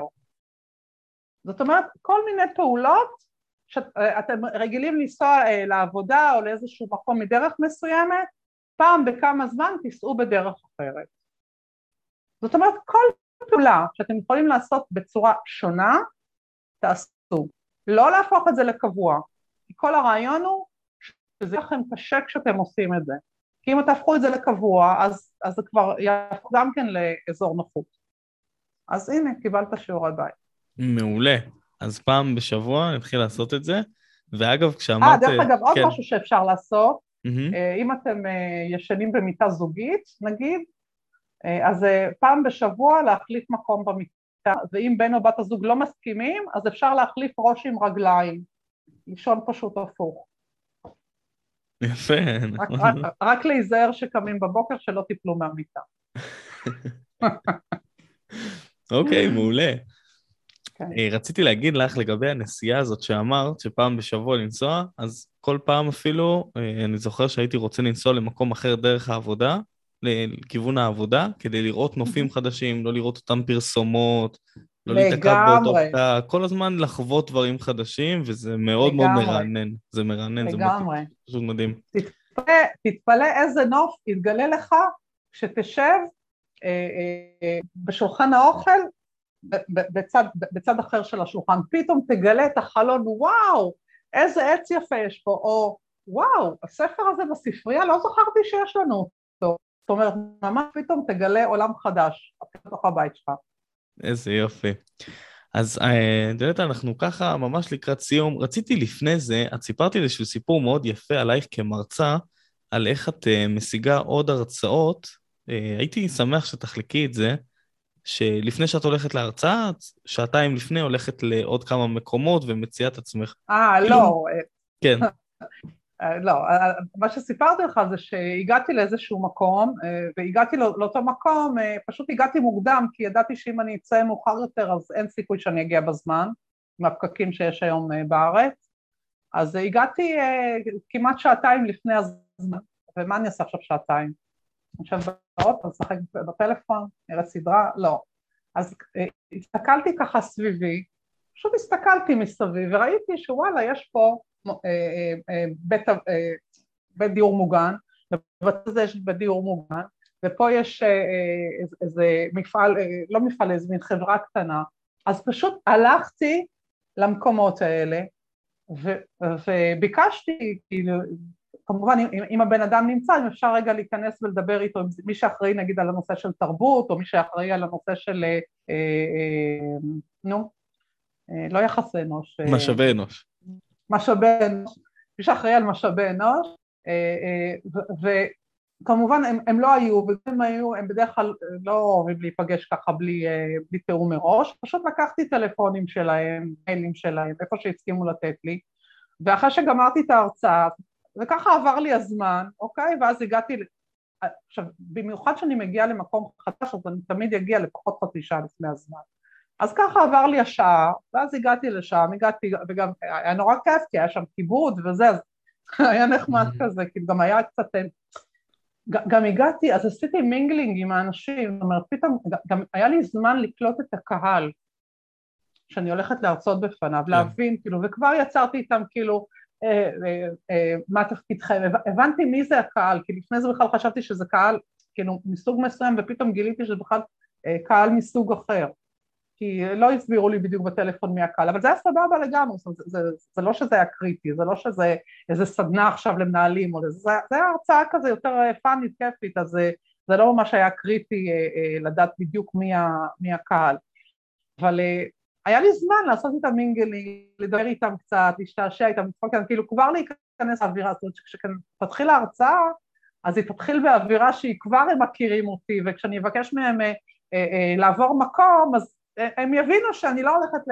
זאת אומרת, כל מיני פעולות שאתם רגילים לנסוע לעבודה או לאיזשהו מקום מדרך מסוימת, פעם בכמה זמן תיסעו בדרך אחרת. זאת אומרת, כל פעולה שאתם יכולים לעשות בצורה שונה, תעשו. לא להפוך את זה לקבוע. כי כל הרעיון הוא שזה לכם קשה כשאתם עושים את זה. כי אם תהפכו את זה לקבוע, אז זה כבר יהפוך גם כן לאזור נוחות. אז הנה, קיבלת שיעורי בית. מעולה. אז פעם בשבוע נתחיל לעשות את זה. ואגב, כשאמרת... דרך אגב, עוד משהו שאפשר לעשות, אם אתם ישנים במיטה זוגית, נגיד, אז פעם בשבוע להחליף מקום במיטה, ואם בן או בת הזוג לא מסכימים, אז אפשר להחליף ראש עם רגליים, לישון פשוט הפוך. יפה. רק להיזהר שקמים בבוקר שלא תיפלו מהמיטה. אוקיי, מעולה. רציתי להגיד לך לגבי הנסיעה הזאת שאמרת, שפעם בשבוע לנסוע, אז כל פעם אפילו, אני זוכר שהייתי רוצה לנסוע למקום אחר דרך העבודה, לכיוון העבודה, כדי לראות נופים חדשים, לא לראות אותם פרסומות, לא להתעכב באותו פקק, כל הזמן לחוות דברים חדשים, וזה מאוד מאוד מרענן. זה מרענן, זה פשוט מדהים. תתפלא איזה נוף יתגלה לך כשתשב בשולחן האוכל, בצד אחר של השולחן, פתאום תגלה את החלון, וואו, איזה עץ יפה יש פה, או וואו, הספר הזה בספרייה, לא זכרתי שיש לנו אותו. זאת אומרת, ממש פתאום תגלה עולם חדש, בתוך הבית שלך. איזה יופי. אז דלת, אנחנו ככה ממש לקראת סיום. רציתי לפני זה, את סיפרתי איזשהו סיפור מאוד יפה עלייך כמרצה, על איך את משיגה עוד הרצאות. הייתי שמח שתחלקי את זה, שלפני שאת הולכת להרצאה, שעתיים לפני הולכת לעוד כמה מקומות ומציעה את עצמך. לא. כן. לא, מה שסיפרתי לך זה שהגעתי לאיזשהו מקום, והגעתי לאותו מקום, פשוט הגעתי מוקדם, כי ידעתי שאם אני אצא מאוחר יותר, אז אין סיכוי שאני אגיע בזמן, מהפקקים שיש היום בארץ, אז הגעתי כמעט שעתיים לפני הזמן, ומה אני אעשה עכשיו שעתיים? אני חושב באוטו, לשחק בפלאפון, נראה סדרה? לא. אז הסתכלתי ככה סביבי, פשוט הסתכלתי מסביב, וראיתי שוואלה, יש פה בית דיור מוגן, ובזה יש בית דיור מוגן, ופה יש איזה מפעל, לא מפעל, איזה מין חברה קטנה, אז פשוט הלכתי למקומות האלה, וביקשתי, כאילו, כמובן, אם הבן אדם נמצא, אם אפשר רגע להיכנס ולדבר איתו, מי שאחראי נגיד על הנושא של תרבות, או מי שאחראי על הנושא של, לא יחסי אנוש. משאבי אנוש. משאבי אנוש, מי שאחראי על משאבי אנוש, וכמובן הם לא היו, וגם היו, הם בדרך כלל לא אוהבים להיפגש ככה בלי תיאום מראש, פשוט לקחתי טלפונים שלהם, מיילים שלהם, איפה שהסכימו לתת לי, ואחרי שגמרתי את ההרצאה, וככה עבר לי הזמן, אוקיי? ואז הגעתי, עכשיו, במיוחד שאני מגיעה למקום חדש, אז אני תמיד אגיע לפחות חצי שעה לפני הזמן. אז ככה עבר לי השעה, ואז הגעתי לשם, וגם היה נורא כיף, כי היה שם כיבוד וזה, אז היה נחמד כזה, כי גם היה קצת, גם הגעתי, אז עשיתי מינגלינג עם האנשים, זאת אומרת, פתאום, גם היה לי זמן לקלוט את הקהל, שאני הולכת להרצות בפניו, להבין, כאילו, וכבר יצרתי איתם, כאילו, מה תפקידכם, הבנתי מי זה הקהל, כי לפני זה בכלל חשבתי שזה קהל, כאילו, מסוג מסוים, ופתאום גיליתי שזה בכלל קהל מסוג אחר, כי לא הסבירו לי בדיוק בטלפון מי הקהל, אבל זה היה סבבה לגמרי, זה לא שזה היה קריטי, זה לא שזה איזה סדנה עכשיו למנהלים, זה היה הרצאה כזה יותר פאנית, כיפית, אז זה לא ממש היה קריטי לדעת בדיוק מי הקהל, אבל היה לי זמן לעשות איתם מינגלים, לדבר איתם קצת, להשתעשע איתם, כאילו כבר להיכנס לאווירה, זאת אומרת שכשתתחיל ההרצאה, אז היא תתחיל באווירה שהיא כבר הם מכירים אותי, וכשאני אבקש מהם לעבור מקום, אז הם יבינו שאני לא הולכת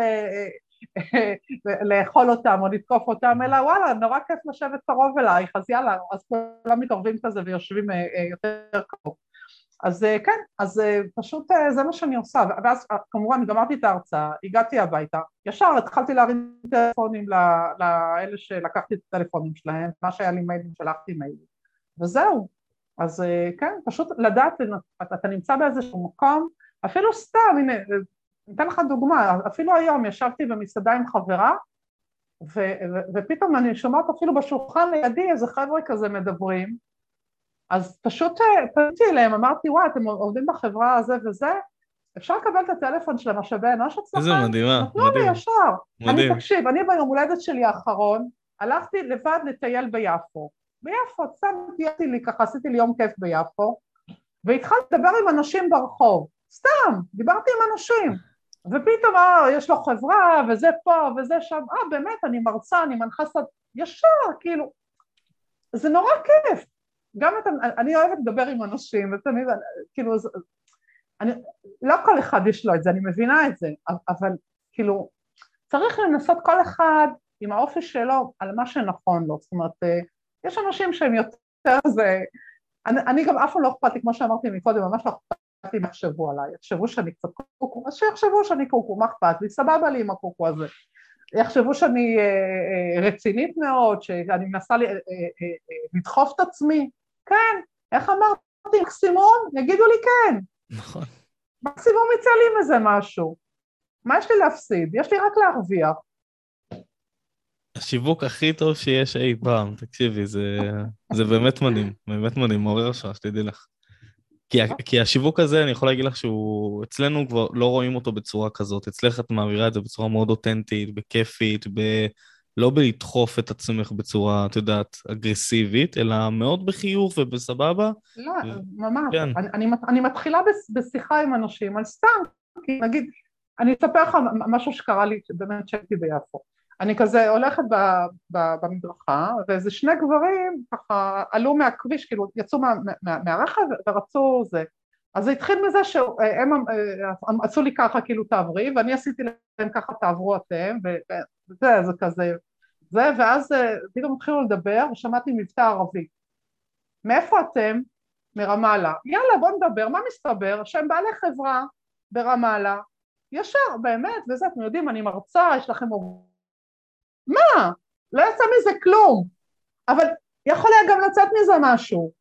לאכול אותם או לתקוף אותם, אלא וואלה, נורא כיף לשבת קרוב אלייך, אז יאללה, אז כולם מתערבים כזה ויושבים יותר קרוב. אז כן, אז פשוט זה מה שאני עושה, ואז כמובן גמרתי את ההרצאה, הגעתי הביתה, ישר התחלתי להרים טלפונים לאלה שלקחתי את הטלפונים שלהם, מה שהיה לי מיילים, שלחתי מיילים, וזהו. אז כן, פשוט לדעת, אתה נמצא באיזשהו מקום, אפילו סתם, הנה, ניתן לך דוגמה, אפילו היום ישבתי במסעדה עם חברה, ופתאום אני שומעת אפילו בשולחן לידי איזה חבר'ה כזה מדברים, אז פשוט פניתי אליהם, אמרתי, וואי, אתם עובדים בחברה הזה וזה, אפשר לקבל את הטלפון של המשאבי אנוש אצלכם? איזה מדהימה, נתנו לי ישר. מדהים. אני תקשיב, אני ביום הולדת שלי האחרון, הלכתי לבד לטייל ביפו. ביפו, סתם טיילתי לי ככה, עשיתי לי יום כיף ביפו, והתחלתי לדבר עם אנשים ברחוב. סתם, דיברתי עם אנשים. ופתאום, יש לו חברה, וזה פה, וזה שם. באמת, אני מרצה, אני מנחה ישר, כאילו. זה נורא כיף. גם אני אוהבת לדבר עם אנשים, ותמיד, כאילו, לא כל אחד יש לו את זה, אני מבינה את זה, אבל כאילו, צריך לנסות כל אחד עם האופי שלו על מה שנכון לו, זאת אומרת, יש אנשים שהם יותר זה, אני גם אף פעם לא אכפת לי, כמו שאמרתי מקודם, ממש לא אכפת לי מה יחשבו עליי, יחשבו שאני קצת קוקו, אז שיחשבו שאני קוקו, מה אכפת לי, סבבה לי עם הקוקו הזה, יחשבו שאני רצינית מאוד, שאני מנסה לדחוף את עצמי, כן, איך אמרתי, מקסימום, יגידו לי כן. נכון. מקסימום יצא לי מזה משהו. מה יש לי להפסיד? יש לי רק להרוויח. השיווק הכי טוב שיש אי פעם, תקשיבי, זה באמת מדהים, באמת מדהים, מעורר השראה, שתדעי לך. כי השיווק הזה, אני יכול להגיד לך שהוא, אצלנו כבר לא רואים אותו בצורה כזאת, אצלך את מעבירה את זה בצורה מאוד אותנטית, בכיפית, לא בלדחוף את עצמך בצורה, את יודעת, אגרסיבית, אלא מאוד בחיוך ובסבבה. לא, ממש. אני מתחילה בשיחה עם אנשים, על סתם, כי נגיד, אני אספר לך משהו שקרה לי, באמת שהייתי ביפו. אני כזה הולכת במדרכה, ואיזה שני גברים ככה עלו מהכביש, כאילו יצאו מהרכב ורצו זה. אז זה התחיל מזה שהם עשו לי ככה כאילו תעברי, ואני עשיתי להם ככה תעברו אתם, וזה כזה, ואז פתאום התחילו לדבר, ושמעתי מבטא ערבי. מאיפה אתם? מרמאללה. יאללה, בוא נדבר, מה מסתבר? שהם בעלי חברה ברמאללה, ישר, באמת, וזה, אתם יודעים, אני מרצה, יש לכם מה? לא יצא מזה כלום, אבל יכול היה גם לצאת מזה משהו.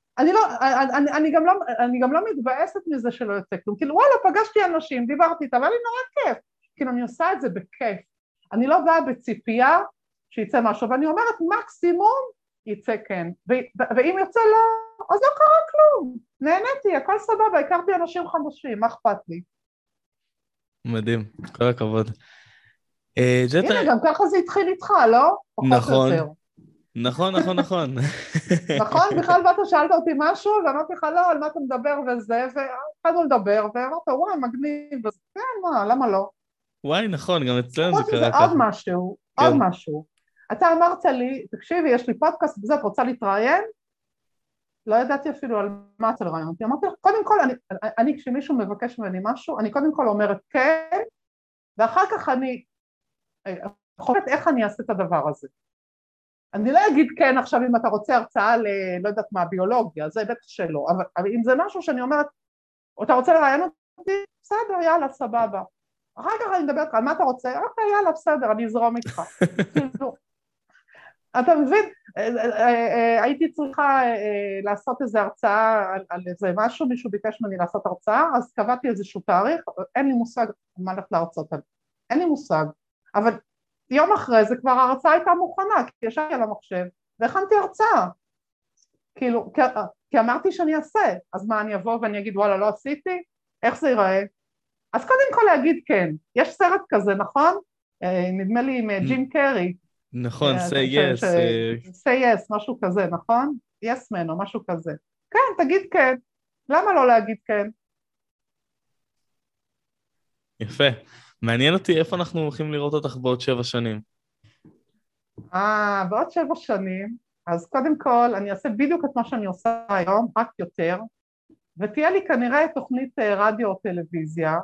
אני גם לא מתבאסת מזה שלא יוצא כלום, כאילו וואלה, פגשתי אנשים, דיברתי איתה, אבל לי נורא כיף, כאילו אני עושה את זה בכיף, אני לא באה בציפייה שיצא משהו, ואני אומרת מקסימום יצא כן, ואם יוצא לא, אז לא קרה כלום, נהניתי, הכל סבבה, הכרתי אנשים חדשים, מה אכפת לי? מדהים, כל הכבוד. הנה, גם ככה זה התחיל איתך, לא? נכון, נכון, נכון, נכון. נכון? בכלל באת שאלת אותי משהו, ואמרתי לך לא, על מה אתה מדבר וזה, והתחלנו לדבר, ואמרת וואי, מגניב, אז כן, מה, למה לא? וואי, נכון, גם אצלנו זה חוץ מזה קרה עוד ככה. משהו, עוד כן. משהו. אתה אמרת לי, תקשיבי, יש לי פודקאסט וזה, את רוצה להתראיין? לא ידעתי אפילו על מה אתה לראיין אותי. אמרתי לך, קודם כל, אני כשמישהו מבקש ממני משהו, אני קודם כל אומרת כן, ואחר כך אני חושבת איך אני אעשה את הדבר הזה. אני לא אגיד כן עכשיו אם אתה רוצה הרצאה ל... לא יודעת מה, ביולוגיה, זה בטח שלא, אבל אם זה משהו שאני אומרת, או אתה רוצה לראיין אותי? בסדר, יאללה, סבבה. אחר כך אני מדברת על מה אתה רוצה? אוקיי, יאללה, בסדר, אני אזרום איתך. כאילו, אתה מבין? הייתי צריכה לעשות איזו הרצאה על איזה משהו, מישהו ביקש ממני לעשות הרצאה, אז קבעתי איזשהו תאריך, אין לי מושג מה הולכת להרצות על זה. אין לי מושג. אבל יום אחרי זה כבר ההרצאה הייתה מוכנה, כי ישבתי על המחשב והכנתי הרצאה. כאילו, כי אמרתי שאני אעשה, אז מה, אני אבוא ואני אגיד וואלה לא עשיתי? איך זה ייראה? אז קודם כל להגיד כן, יש סרט כזה, נכון? נדמה לי עם ג'ים קרי. נכון, say yes. say yes, משהו כזה, נכון? yes man או משהו כזה. כן, תגיד כן. למה לא להגיד כן? יפה. מעניין אותי איפה אנחנו הולכים לראות אותך בעוד 7 שנים. בעוד 7 שנים, אז קודם כל אני אעשה בדיוק את מה שאני עושה היום, רק יותר, ותהיה לי כנראה תוכנית רדיו או טלוויזיה.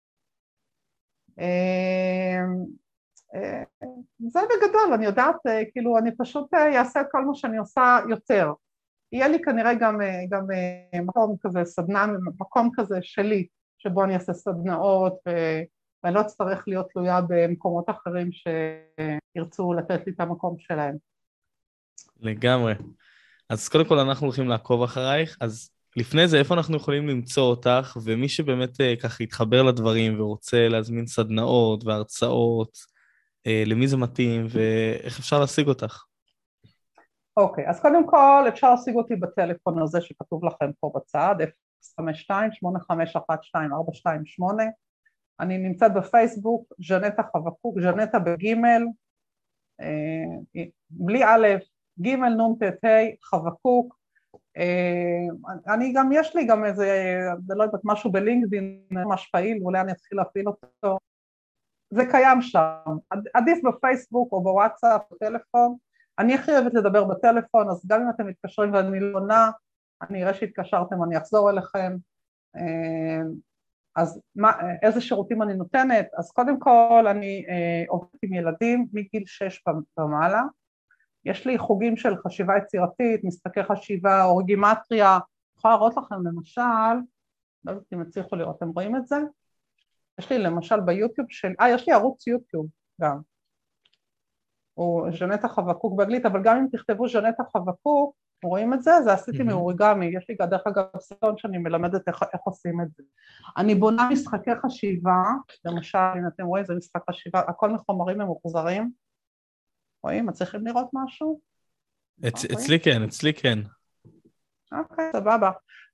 זה בגדול, אני יודעת, כאילו אני פשוט אעשה את כל מה שאני עושה יותר. יהיה לי כנראה גם מקום כזה, סדנה, מקום כזה שלי, שבו אני אעשה סדנאות, ואני לא אצטרך להיות תלויה במקומות אחרים שירצו לתת לי את המקום שלהם. לגמרי. אז קודם כל אנחנו הולכים לעקוב אחרייך, אז לפני זה איפה אנחנו יכולים למצוא אותך, ומי שבאמת ככה יתחבר לדברים ורוצה להזמין סדנאות והרצאות, למי זה מתאים ואיך אפשר להשיג אותך? אוקיי, אז קודם כל אפשר להשיג אותי בטלפון הזה שכתוב לכם פה בצד, 052-851-2428. אני נמצאת בפייסבוק, ז'נטה חבקוק, ז'נטה בגימל, בלי א', גימל נון ת' חבקוק. אני גם, יש לי גם איזה, לא יודעת, משהו בלינקדין, ממש פעיל, ואולי אני אתחיל להפעיל אותו. זה קיים שם, עדיף בפייסבוק או בוואטסאפ, בטלפון. אני הכי אוהבת לדבר בטלפון, אז גם אם אתם מתקשרים ואני לא עונה, אני אראה שהתקשרתם, אני אחזור אליכם. אז איזה שירותים אני נותנת? אז קודם כל אני עובדת עם ילדים מגיל 6 ומעלה, יש לי חוגים של חשיבה יצירתית, משחקי חשיבה, אוריגימטריה, יכולה להראות לכם למשל, לא יודעת אם הצליחו לראות, אתם רואים את זה? יש לי למשל ביוטיוב של, יש לי ערוץ יוטיוב גם, הוא ז'נטה חבקוק באנגלית, אבל גם אם תכתבו ז'נטה חבקוק, רואים את זה? זה עשיתי מאוריגמי, יש לי דרך אגב סרטון שאני מלמדת איך עושים את זה. אני בונה משחקי חשיבה, למשל, אם אתם רואים, זה משחק חשיבה, הכל מחומרים ממוחזרים, רואים? מצליחים לראות משהו? אצלי כן, אצלי כן. אוקיי, סבבה.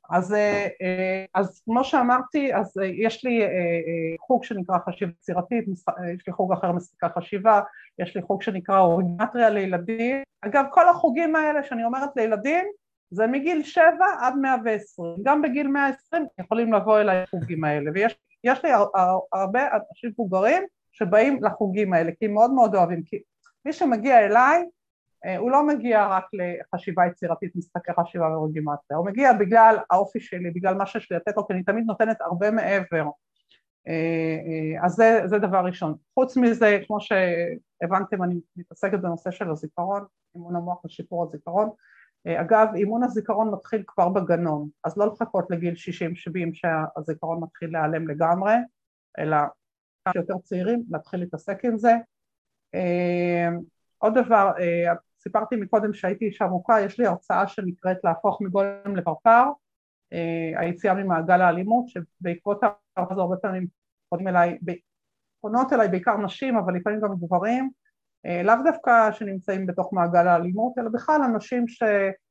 אז כמו שאמרתי, אז יש לי חוג שנקרא חשיבה יצירתית, יש לי חוג אחר משחקי חשיבה, יש לי חוג שנקרא אוריגמטריה לילדים. אגב, כל החוגים האלה שאני אומרת לילדים, זה מגיל 7 עד 120. גם בגיל 120 יכולים לבוא אליי החוגים האלה, ויש לי הרבה אנשים מבוגרים שבאים לחוגים האלה, כי הם מאוד מאוד אוהבים, כי מי שמגיע אליי, הוא לא מגיע רק לחשיבה יצירתית, משחקי חשיבה ואוריגמטריה, הוא מגיע בגלל האופי שלי, בגלל מה שיש לי לתת לו, כי אני תמיד נותנת הרבה מעבר, אז זה דבר ראשון. חוץ מזה, כמו שהבנתם, אני מתעסקת בנושא של הזיכרון, אימון המוח ושיפור הזיכרון, אגב, אימון הזיכרון מתחיל כבר בגנון, אז לא לחכות לגיל 60-70 שהזיכרון מתחיל להיעלם לגמרי, אלא כמה שיותר צעירים, להתחיל להתעסק עם זה. עוד דבר, סיפרתי מקודם שהייתי אישה מוכה, יש לי הרצאה שנקראת להפוך מגולם לפרפר, היציאה ממעגל האלימות, שבעקבות ההרצאה הזו הרבה פעמים פונות אליי בעיקר נשים, אבל לפעמים גם גברים, לאו דווקא שנמצאים בתוך מעגל האלימות, אלא בכלל אנשים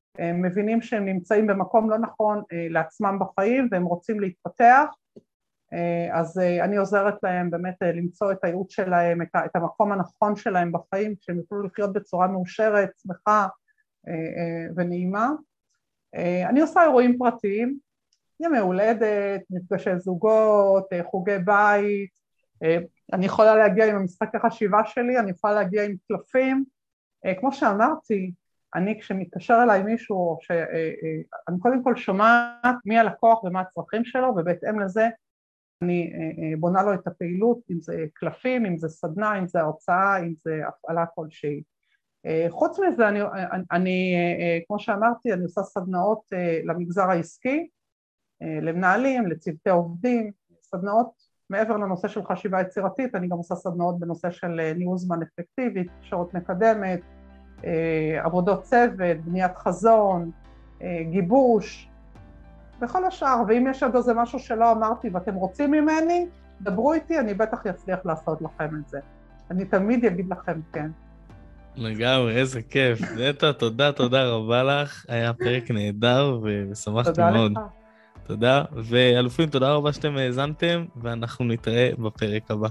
שמבינים שהם נמצאים במקום לא נכון לעצמם בחיים, והם רוצים להתפתח, אז אני עוזרת להם באמת למצוא את הייעוד שלהם, את המקום הנכון שלהם בחיים, שהם יוכלו לחיות בצורה מאושרת, שמחה ונעימה. אני עושה אירועים פרטיים, ימי הולדת, מפגשי זוגות, חוגי בית, אני יכולה להגיע עם המשחק החשיבה שלי, אני יכולה להגיע עם קלפים. כמו שאמרתי, אני כשמתקשר אליי מישהו, אני קודם כל שומעת מי הלקוח ומה הצרכים שלו, ובהתאם לזה אני בונה לו את הפעילות, אם זה קלפים, אם זה סדנה, אם זה הרצאה, אם זה הפעלה כלשהי. חוץ מזה, אני כמו שאמרתי, אני עושה סדנאות למגזר העסקי, למנהלים, לצוותי עובדים, סדנאות מעבר לנושא של חשיבה יצירתית, אני גם עושה סדנאות בנושא של ניהול זמן אפקטיבי, תקשורת מקדמת, עבודות צוות, בניית חזון, גיבוש, וכל השאר. ואם יש עוד איזה משהו שלא אמרתי ואתם רוצים ממני, דברו איתי, אני בטח אצליח לעשות לכם את זה. אני תמיד אגיד לכם כן. לגמרי, איזה כיף. נטע, תודה רבה לך. היה פרק נהדר ושמחתי מאוד. תודה לך. תודה, ואלופים, תודה רבה שאתם האזנתם, ואנחנו נתראה בפרק הבא.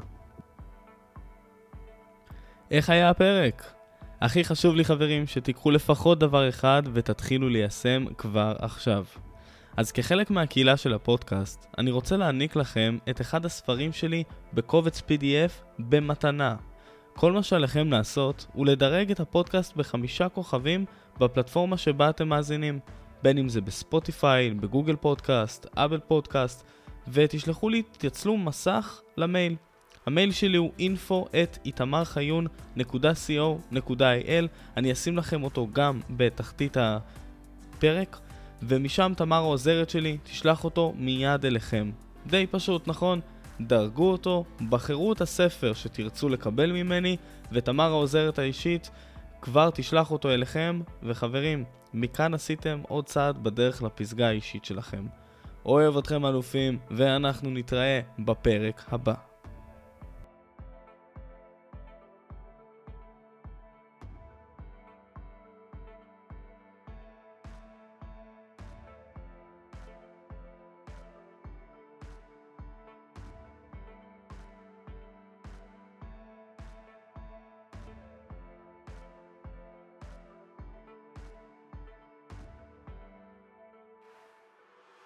איך היה הפרק? הכי חשוב לי, חברים, שתיקחו לפחות דבר אחד ותתחילו ליישם כבר עכשיו. אז כחלק מהקהילה של הפודקאסט, אני רוצה להעניק לכם את אחד הספרים שלי בקובץ PDF במתנה. כל מה שעליכם לעשות הוא לדרג את הפודקאסט ב5 כוכבים בפלטפורמה שבה אתם מאזינים. בין אם זה בספוטיפיי, בגוגל פודקאסט, אפל פודקאסט, ותשלחו לי, תצלו מסך למייל. המייל שלי הוא info@itamarchayun.co.il. אני אשים לכם אותו גם בתחתית הפרק, ומשם תמר העוזרת שלי תשלח אותו מיד אליכם. די פשוט, נכון? דרגו אותו, בחרו את הספר שתרצו לקבל ממני, ותמר העוזרת האישית כבר תשלח אותו אליכם, וחברים, מכאן עשיתם עוד צעד בדרך לפסגה האישית שלכם. אוהב אתכם אלופים, ואנחנו נתראה בפרק הבא.